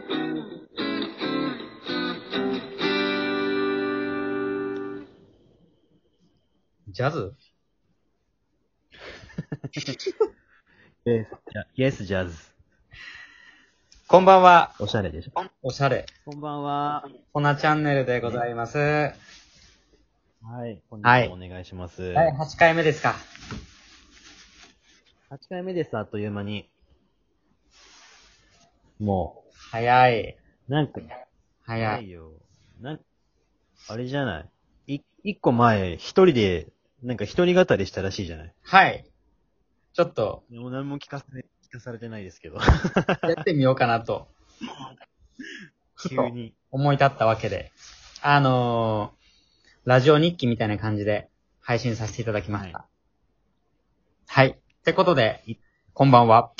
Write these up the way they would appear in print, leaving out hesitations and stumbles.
ジャズ Yes, Jazz。 こんばんは。 おしゃれでしょ。 おしゃれ。 こんばんは。 ほなチャンネルでございます。 はい。本日もお願いします。 第8回目ですか。 8回目です、あっという間に。も早い。 う、なんか、 早い。 よ。あれじゃない一個前、一人で、一人語りしたらしいじゃない。 はい。ちょっと、 もう何も聞かされてないですけど。 やってみようかなと。 急に。 思い立ったわけで。ラジオ日記みたいな感じで配信させていただきました。はい。ってことで、こんばんは。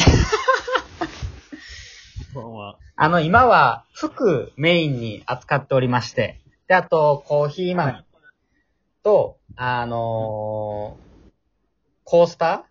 こんばんは。 今は服メインに扱っておりまして、で、あと、コーヒー豆と、コースタ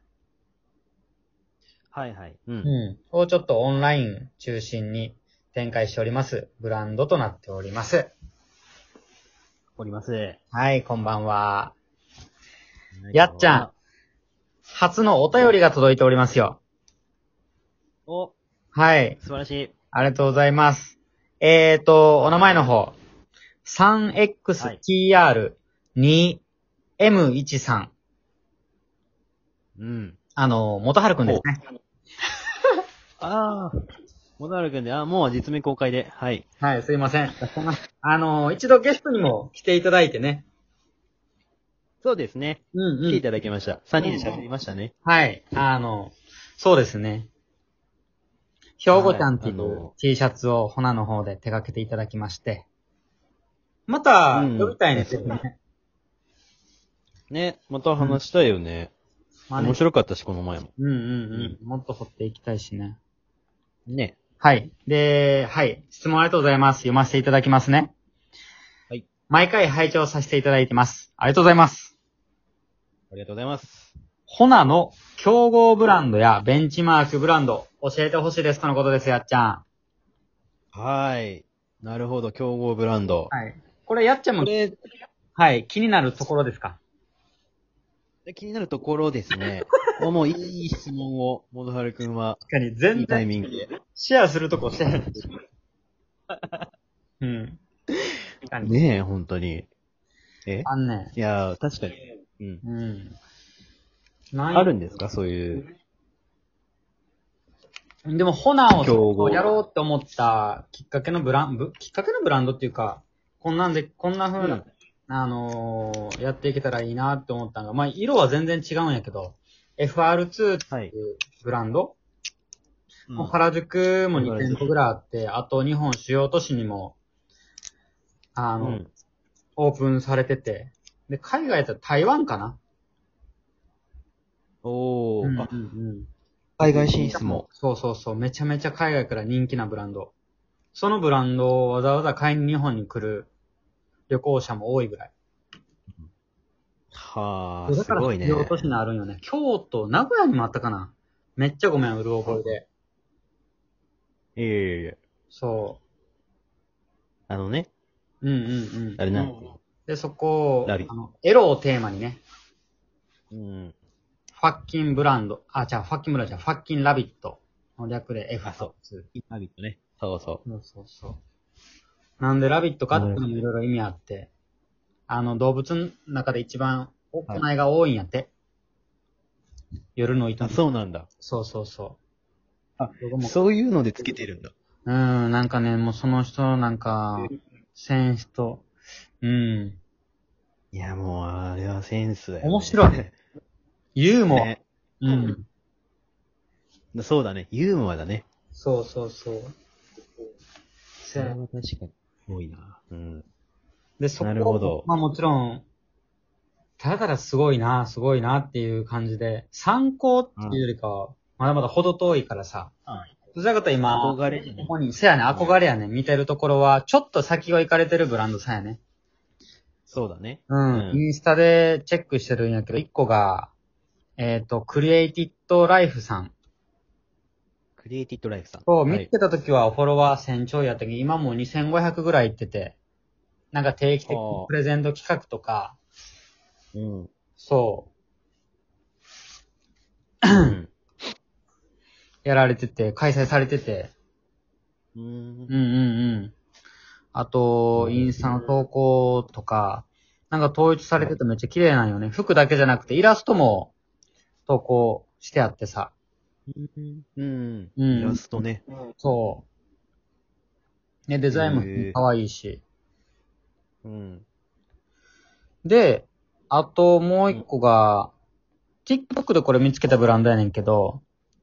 はいはい。 ーをちょっとオンライン中心に展開しておりますブランドとなっております。 おります。 はい、こんばんは。やっちゃん、初のお便りが届いておりますよ。 お、 はい。 素晴らしい。 ありがとうございます。お名前の方。3XTR2M13。元春くんですね。 ああ、モナル君で、もう実名公開で、はい。 はい、すいません。一度ゲストにも来ていただいてね。 そうですね。来ていただきました。3人で喋りましたね。 はい、そうですね。兵庫ちゃんっていう T シャツをホナの方で手掛けていただきまして。また、呼びたいんですよね。 ね、また話したいよね。面白かったし、この前も。 もっと掘っていきたいしね。 ね。 はい。で、はい。質問ありがとうございます。読ませていただきますね。 はい。 毎回拝聴させていただいてます。ありがとうございます。 ありがとうございます。 ホナの競合ブランドやベンチマークブランド、教えてほしいですとのことです、やっちゃん。 はい。なるほど、競合ブランド。 はい。これ、やっちゃんも、はい、気になるところですか？ 気になるところですね。もういい質問を、モノハルくんは。 確かに、全然。 いいタイミングで。 シェアするとこしてない。 ねえ、本当に。 ね。 いや、確かに。あるんですか、そういう。 でも、ホナをやろうって思ったきっかけのブランドっていうか、こんな風な、やっていけたらいいなって思ったのが、まあ、色は全然違うんやけど、FR2 っていうブランド、原宿も2店舗ぐらいあって、あと日本主要都市にも、オープンされてて、で、海外だったら台湾かな？ 海外進出も。 そう。めちゃめちゃ海外から人気なブランド。そのブランドをわざわざ買いに日本に来る旅行者も多いぐらい。 はぁ、すごいね。 だから、都市にあるんよね。京都、名古屋にもあったかな。めっちゃごめん、うる覚えで。 いえ。 そう。 あれなんて。 で、そこを、エロをテーマにね。ファッキンブランド。ファッキンブランドじゃん。ファッキンラビットの略で F。 そう。ラビットね。そう。 そう。なんでラビットかっていうのもいろいろ意味あって、動物の中で一番行いが多いんやって。夜の営み。 そうなんだ。 そう。 そういうのでつけてるんだ。 なんかね、もうその人センスと、 いや、もう、あれはセンスだよ、ね。 面白い。ユーモア。 そうだね。ユーモアだね。 そう。 それは確かに。多いな。 で、なるほど。まあもちろん、ただすごいなっていう感じで、参考っていうよりかは、まだまだ程遠いからさ。どちらかと今、 憧れ。 ここに、憧れやね。見てるところは、ちょっと先を行かれてるブランドさやね。 そうだね。 インスタでチェックしてるんやけど、一個が、クリエイティッドライフさん。 クリエイティッドライフさん。 そう、 はい。 見つけた時はフォロワー1000ちょいやったけど、今もう2500ぐらいいってて、なんか定期的にプレゼント企画とか、 うん。 そうん。 う、やられてて、開催されてて、 うんうんうんうん。あと、インスタの投稿とか、なんか統一されててめっちゃ綺麗なんよね。服だけじゃなくて、イラストも投稿してあってさ。 うん。 うんイラストね。 そう。ね、デザインも可愛いし。 うん。 で、あともう一個が、TikTok でこれ見つけたブランドやねんけど、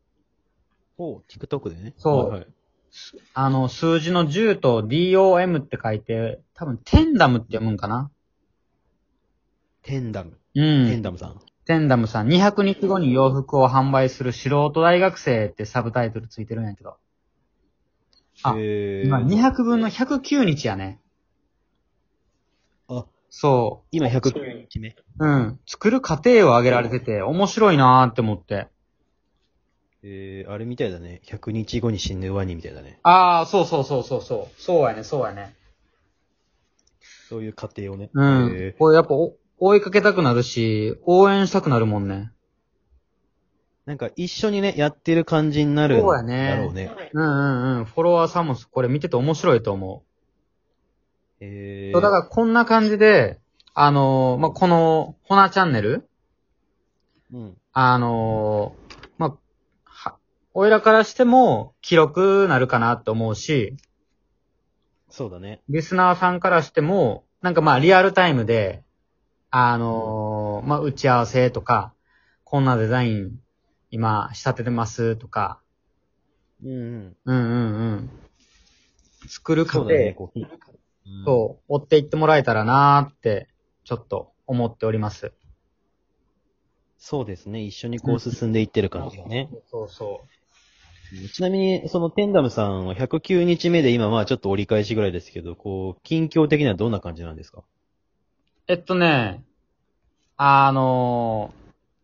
TikTok でね。 そうはいはい。 数字の10と DOM って書いて、多分テンダムって読むんかな。 テンダム。 うん。 テンダムさん。 テンダムさん、200日後に洋服を販売する素人大学生ってサブタイトルついてるんやけど。あ、今200分の109日やね。 あ、 そ今109日目。 う。うん。作る過程を挙げられてて、面白いなーって思って。 あれみたいだね。100日後に死ぬワニみたいだね。 ああ、そうそうそうそうそう。そうやね、そうやね。 そういう過程をね。 うん。これやっぱ追いかけたくなるし、応援したくなるもんね。 なんか一緒にね、やってる感じになるそうやね。 だろうね。 うんうんうん。フォロワーさんもこれ見てて面白いと思う。そう、だからこんな感じで、まあ、この、ほなチャンネルうん。 まあ、おいらからしても記録なるかなって思うし、 そうだね。 リスナーさんからしても、なんかまあリアルタイムで、まあ、打ち合わせとか、こんなデザイン今仕立ててますとか、 うんうん。 うんうんうん。作る過程、 そうだね、こう。 そう、追っていってもらえたらなーって、ちょっと思っております。 そうですね。一緒にこう進んでいってる感じがね。 そうそちなみに、そのテンダムさんは109日目で今まあちょっと折り返しぐらいですけど、こう、近況的にはどんな感じなんですか？ ね、あの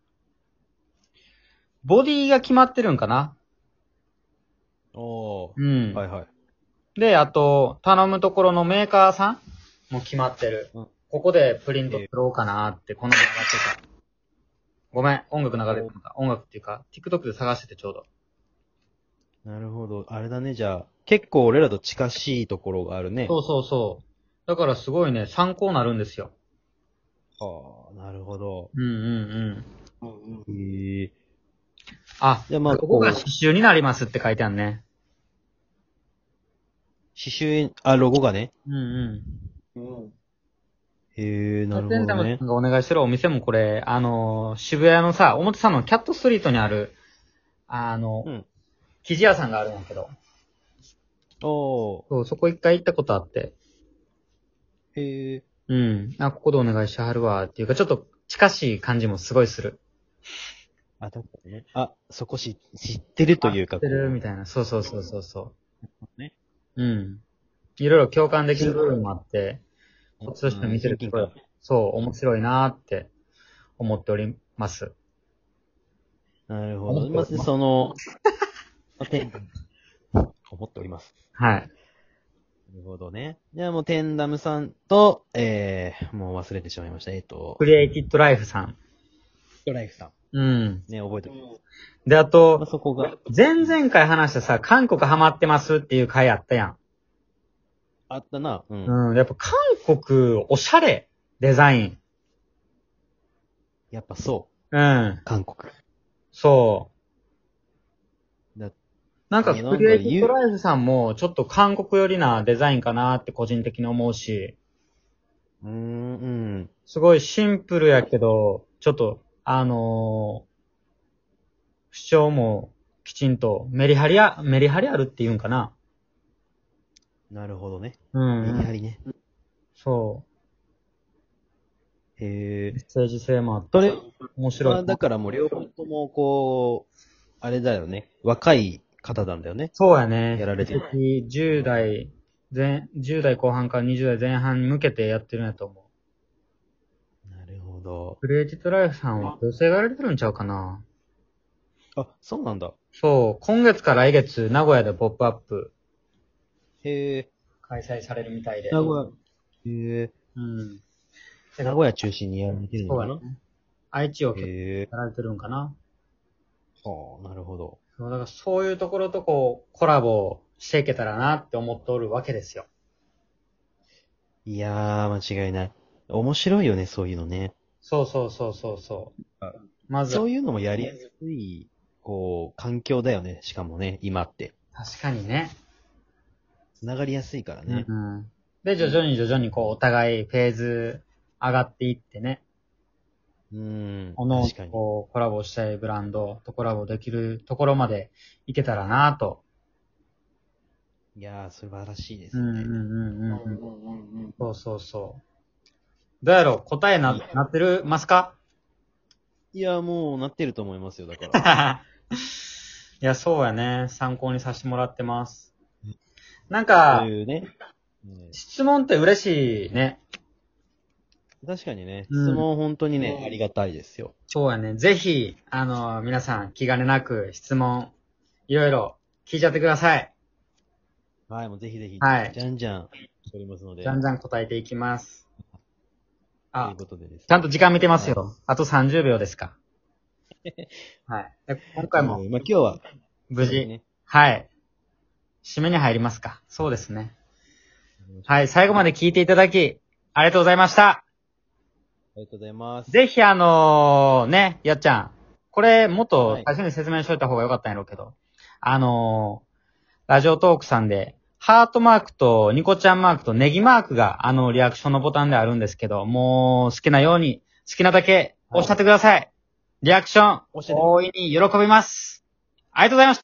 ボディが決まってるんかな。 おー。 うん。 はいはい。 で、あと、頼むところのメーカーさんも決まってる。 うんここでプリント作ろうかなーって、この前上がってた。ごめん、音楽流れてた。音楽っていうか、TikTok で探しててちょうど。 なるほど。あれだね、じゃあ。結構俺らと近しいところがあるね。 そうそうそう。だからすごいね、参考になるんですよ。 はあ、なるほど。 うんうんうん。 へえ。 あ、 じゃあまあ、 ここがこう、 刺繍になりますって書いてあるね。 刺繍、あ、ロゴがね。 うんうん。 へえ、なるテンタムさほどね。 んがお願いしてるお店もこれ、渋谷のさ、表参のキャットストリートにある、 うん。 生地屋さんがあるんやけど、 おー。 そう、そこ一回行ったことあって、 へえ。 うん。あ、ここでお願いしはるわ、っていうか、ちょっと近しい感じもすごいする。 あ、確かにね。あ、そこ知ってるというか、 知ってるみたいな。そうそうそうそうそね。 う。うん。いろいろ共感できる部分もあって、こっちとして見てると親近感。 そう、面白いなーって思っております。 なるほど。まず思っております。 その、思っております。 はい。 なるほどね。じゃあもうテンダムさんと、もう忘れてしまいました。 クリエイティッドライフさん。 ドライフさん。 うん。 ね、覚えておきます。 で、あまあ、 と、 そこが前々回話したさ、韓国ハマってますっていう回あったやん。 あったな。うん。 うん。やっぱ韓国、おしゃれ、デザイン。 やっぱそうん。 う。韓国。 そう。 だなんか、 なんかクリエイティッドライフさんも、ちょっと韓国寄りなデザインかなって個人的に思うし、 うん。 すごいシンプルやけど、ちょっと、主張もきちんとメリハリあるっていうんかな。 なるほどね。 うん、 メリハリね。 そへう。 え。 メッセージ性もあって、 それ面白い。 だからもう両方ともこう、あれだよね。若い方なんだよね。 そうやね。 やられてる。 10代、10代後半から20代前半に向けてやってるんやと思う。 なるほど。 クリエイティッドライフさんは女性がやられてるんちゃうかな。 あ、そうなんだ。 そう、今月か来月、名古屋でポップアップへえ。 開催されるみたいで。 名古屋。へえ。 うん。 名古屋中心にやられてるのかな。 そうやね。愛知を結構へえ。 やられてるんかな。 ああ、なるほど。 そう、だからそういうところとこう、コラボしていけたらなって思っておるわけですよ。 いやー、間違いない。面白いよね、そういうのね。 そうそうそうそうそう。 あまず、 そういうのもやりやすい、こう、環境だよね。しかもね、今って。 確かにね。 繋がりやすいからね。 うん。で、徐々にこう、お互いフェーズ上がっていってね。おの確かに。 こう、コラボしたいブランドとコラボできるところまでいけたらなと。 いやー、素晴らしいですね。 うんうんうんうんうん。そうそうそう。どうやろう答えなってるますか？ いや、もうなってると思いますよ、だから。 いや、そうやね。参考にさせてもらってます。なんそうか、 いうね。 質問って嬉しいね。 確かにね、 うん質問本当にね、ありがたいですよ。 そうやね。ぜひ、皆さん気兼ねなく質問、いろいろ聞いちゃってください。 はい、もうぜひぜひ、 はいじゃんじゃん、おりますので。 じゃんじゃん答えていきます。あという、ことでですね。 ちゃんと時間見てますよ。あと30秒ですか。はい。で今回もまあ今日は、 無事、 ね、 はい。締めに入りますか。そうですね。はい。最後まで聞いていただき、ありがとうございました。 ありがとうございます。 ぜひね、やっちゃん。これ、もっと最初に説明しといた方がよかったんやろうけど。ラジオトークさんで、ハートマークとニコちゃんマークとネギマークがリアクションのボタンであるんですけど、もう好きなように、好きなだけ押しちゃってください。リアクション、大いに喜びます。ありがとうございました。